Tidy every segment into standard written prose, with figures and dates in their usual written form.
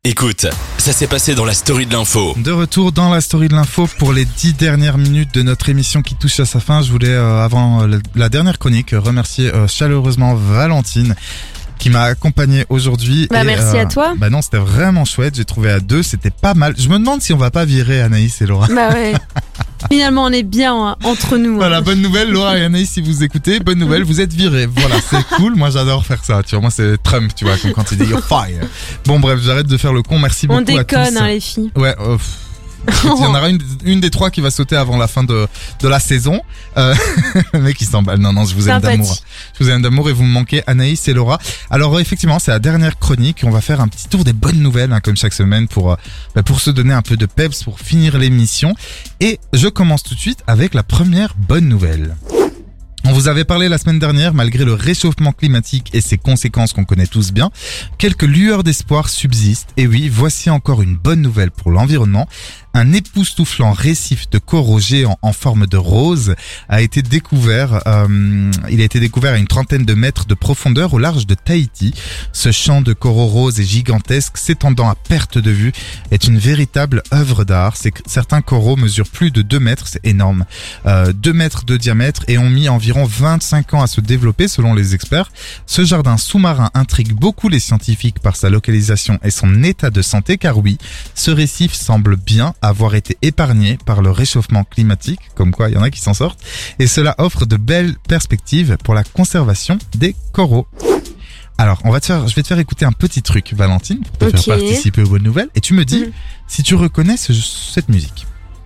Écoute, ça s'est passé dans la story de l'info. De retour dans la story de l'info pour les 10 dernières minutes de notre émission qui touche à sa fin. Je voulais, avant la dernière chronique, remercier chaleureusement Valentine qui m'a accompagné aujourd'hui. Merci à toi. Non, c'était vraiment chouette. J'ai trouvé à deux, c'était pas mal. Je me demande si on va pas virer Anaïs et Laura. Bah ouais. Finalement, on est bien entre nous. Voilà, bonne nouvelle, Laura et Anaïs, si vous écoutez, bonne nouvelle, vous êtes virés. Voilà, c'est cool. Moi, j'adore faire ça. Tu vois, moi, c'est Trump, tu vois, comme quand il dit you're fired. Bon, bref, j'arrête de faire le con. Merci beaucoup à tous. On déconne, hein, les filles. Ouais. Il y en aura une des trois qui va sauter avant la fin de la saison. Le mec il s'emballe. Non, je vous aime d'amour. Je vous aime d'amour et vous me manquez, Anaïs et Laura. Alors effectivement, c'est la dernière chronique. On va faire un petit tour des bonnes nouvelles, hein, comme chaque semaine, pour se donner un peu de peps, pour finir l'émission. Et je commence tout de suite avec la première bonne nouvelle. On vous avait parlé la semaine dernière, malgré le réchauffement climatique et ses conséquences qu'on connaît tous bien, quelques lueurs d'espoir subsistent. Et oui, voici encore une bonne nouvelle pour l'environnement. Un époustouflant récif de coraux géants en forme de rose a été découvert. Il a été découvert à une trentaine de mètres de profondeur au large de Tahiti. Ce champ de coraux roses et gigantesque, s'étendant à perte de vue, est une véritable œuvre d'art. Certains coraux mesurent plus de 2 mètres, c'est énorme. 2 mètres de diamètre et ont mis environ 25 ans à se développer selon les experts. Ce jardin sous-marin intrigue beaucoup les scientifiques par sa localisation et son état de santé, car oui, ce récif semble bien avoir été épargné par le réchauffement climatique, comme quoi il y en a qui s'en sortent, et cela offre de belles perspectives pour la conservation des coraux. Alors, je vais te faire écouter un petit truc, Valentine, pour te faire participer aux bonnes nouvelles, et tu me dis si tu reconnais cette musique.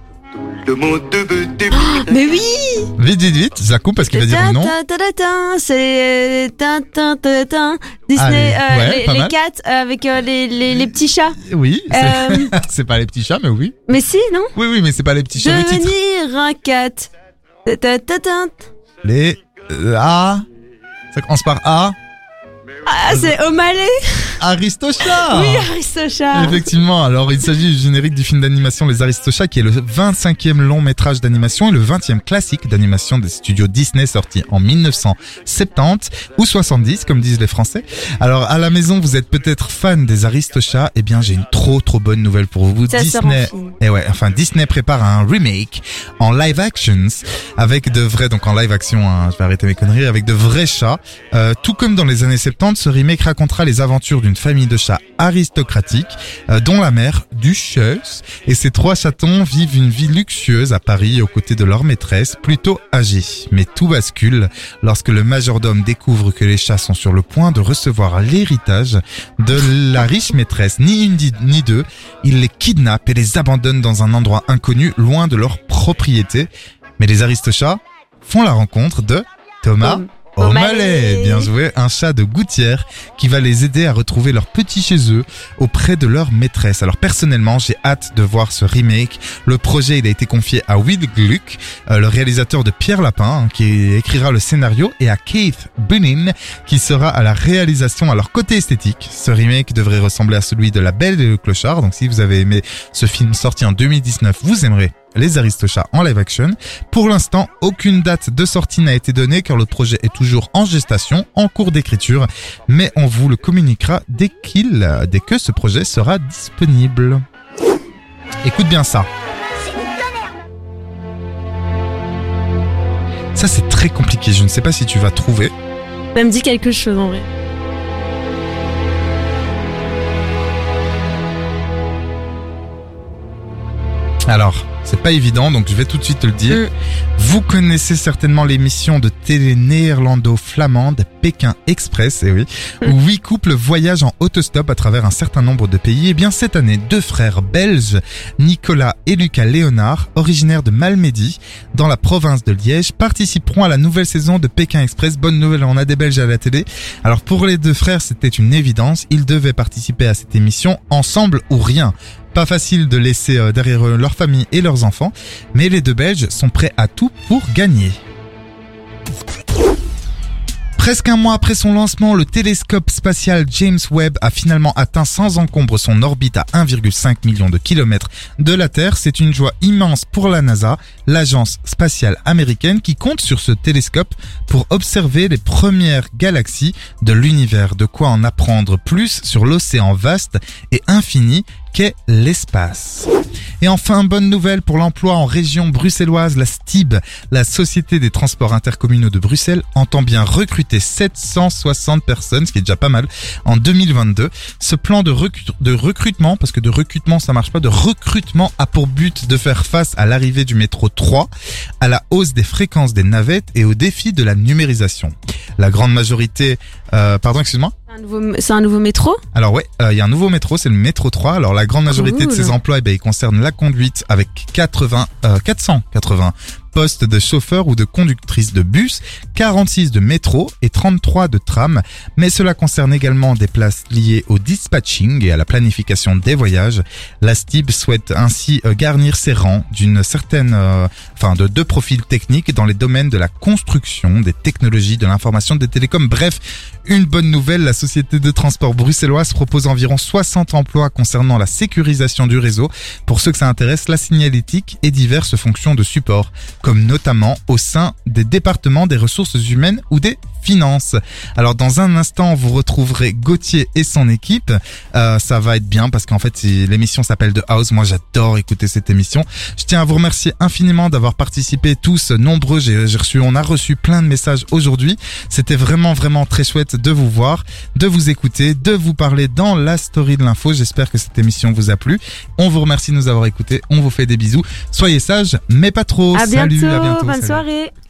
Mais oui! Vite, je la coupe parce qu'il va dire le nom. C'est Disney, les cats avec les petits chats. Oui, c'est pas les petits chats, mais oui. Mais si, non? Oui, mais c'est pas les petits chats. Devenir un cat. Les A. Ça commence par A. Ah, c'est O'Malley. Aristochats. Oui, Aristochats. Effectivement, alors il s'agit du générique du film d'animation Les Aristochats, qui est le 25e long métrage d'animation et le 20e classique d'animation des studios Disney, sorti en 1970 ou 70 comme disent les Français. Alors à la maison, vous êtes peut-être fan des Aristochats, eh bien j'ai une trop bonne nouvelle pour vous. Disney prépare un remake en live actions avec de vrais, donc en live action, hein, je vais arrêter mes conneries, avec de vrais chats, tout comme dans les années 70. Ce remake racontera les aventures d'une famille de chats aristocratiques, dont la mère, duchesse, et ses 3 chatons vivent une vie luxueuse à Paris aux côtés de leur maîtresse, plutôt âgée. Mais tout bascule lorsque le majordome découvre que les chats sont sur le point de recevoir l'héritage de la riche maîtresse. Ni une ni deux, il les kidnappe et les abandonne dans un endroit inconnu, loin de leur propriété. Mais les Aristochats font la rencontre de Thomas O'Malley, bien joué, un chat de gouttière qui va les aider à retrouver leur petit chez eux auprès de leur maîtresse. Alors personnellement, j'ai hâte de voir ce remake. Le projet, il a été confié à Will Gluck, le réalisateur de Pierre Lapin, qui écrira le scénario, et à Keith Bunin, qui sera à la réalisation. Alors côté esthétique, ce remake devrait ressembler à celui de La Belle et le Clochard. Donc si vous avez aimé ce film sorti en 2019, vous aimerez Les Aristochats en live action. Pour l'instant, aucune date de sortie n'a été donnée car le projet est toujours en gestation, en cours d'écriture, mais on vous le communiquera dès que ce projet sera disponible. Écoute bien ça. Ça c'est très compliqué, je ne sais pas si tu vas trouver. Ça me dit quelque chose en vrai. Alors, c'est pas évident, donc je vais tout de suite te le dire. Vous connaissez certainement l'émission de télé néerlando-flamande Pékin Express, où 8 couples voyagent en autostop à travers un certain nombre de pays. Et bien cette année, 2 frères belges, Nicolas et Lucas Léonard, originaires de Malmedy, dans la province de Liège, participeront à la nouvelle saison de Pékin Express. Bonne nouvelle, on a des Belges à la télé. Alors pour les 2 frères, c'était une évidence, ils devaient participer à cette émission ensemble ou rien. Pas facile de laisser derrière eux leur famille et leurs enfants, mais les 2 Belges sont prêts à tout pour gagner. Presque un mois après son lancement, le télescope spatial James Webb a finalement atteint sans encombre son orbite à 1,5 million de kilomètres de la Terre. C'est une joie immense pour la NASA, l'agence spatiale américaine, qui compte sur ce télescope pour observer les premières galaxies de l'univers. De quoi en apprendre plus sur l'océan vaste et infini qu'est l'espace. Et enfin, bonne nouvelle pour l'emploi en région bruxelloise, la STIB, la Société des Transports Intercommunaux de Bruxelles, entend bien recruter 760 personnes, ce qui est déjà pas mal, en 2022. Ce plan de recrutement, parce que de recrutement ça marche pas, de recrutement a pour but de faire face à l'arrivée du métro 3, à la hausse des fréquences des navettes et au défi de la numérisation. La grande majorité... excuse-moi. C'est un nouveau métro ? Alors ouais, il y a un nouveau métro, c'est le métro 3. Alors la grande majorité de ces emplois, ils concernent la conduite avec 480 postes de chauffeurs ou de conductrices de bus, 46 de métro et 33 de tram. Mais cela concerne également des places liées au dispatching et à la planification des voyages. La STIB souhaite ainsi garnir ses rangs de deux profils techniques dans les domaines de la construction, des technologies, de l'information, des télécoms. Bref, une bonne nouvelle, la Société de transport bruxelloise propose environ 60 emplois concernant la sécurisation du réseau. Pour ceux que ça intéresse, la signalétique et diverses fonctions de support, comme notamment au sein des départements des ressources humaines ou des finances. Alors dans un instant, vous retrouverez Gauthier et son équipe. Ça va être bien parce qu'en fait, l'émission s'appelle The House. Moi, j'adore écouter cette émission. Je tiens à vous remercier infiniment d'avoir participé tous nombreux. On a reçu plein de messages aujourd'hui. C'était vraiment très chouette de vous voir, de vous écouter, de vous parler dans la story de l'info. J'espère que cette émission vous a plu. On vous remercie de nous avoir écoutés. On vous fait des bisous. Soyez sages, mais pas trop. À bientôt, à bientôt. Bonne soirée.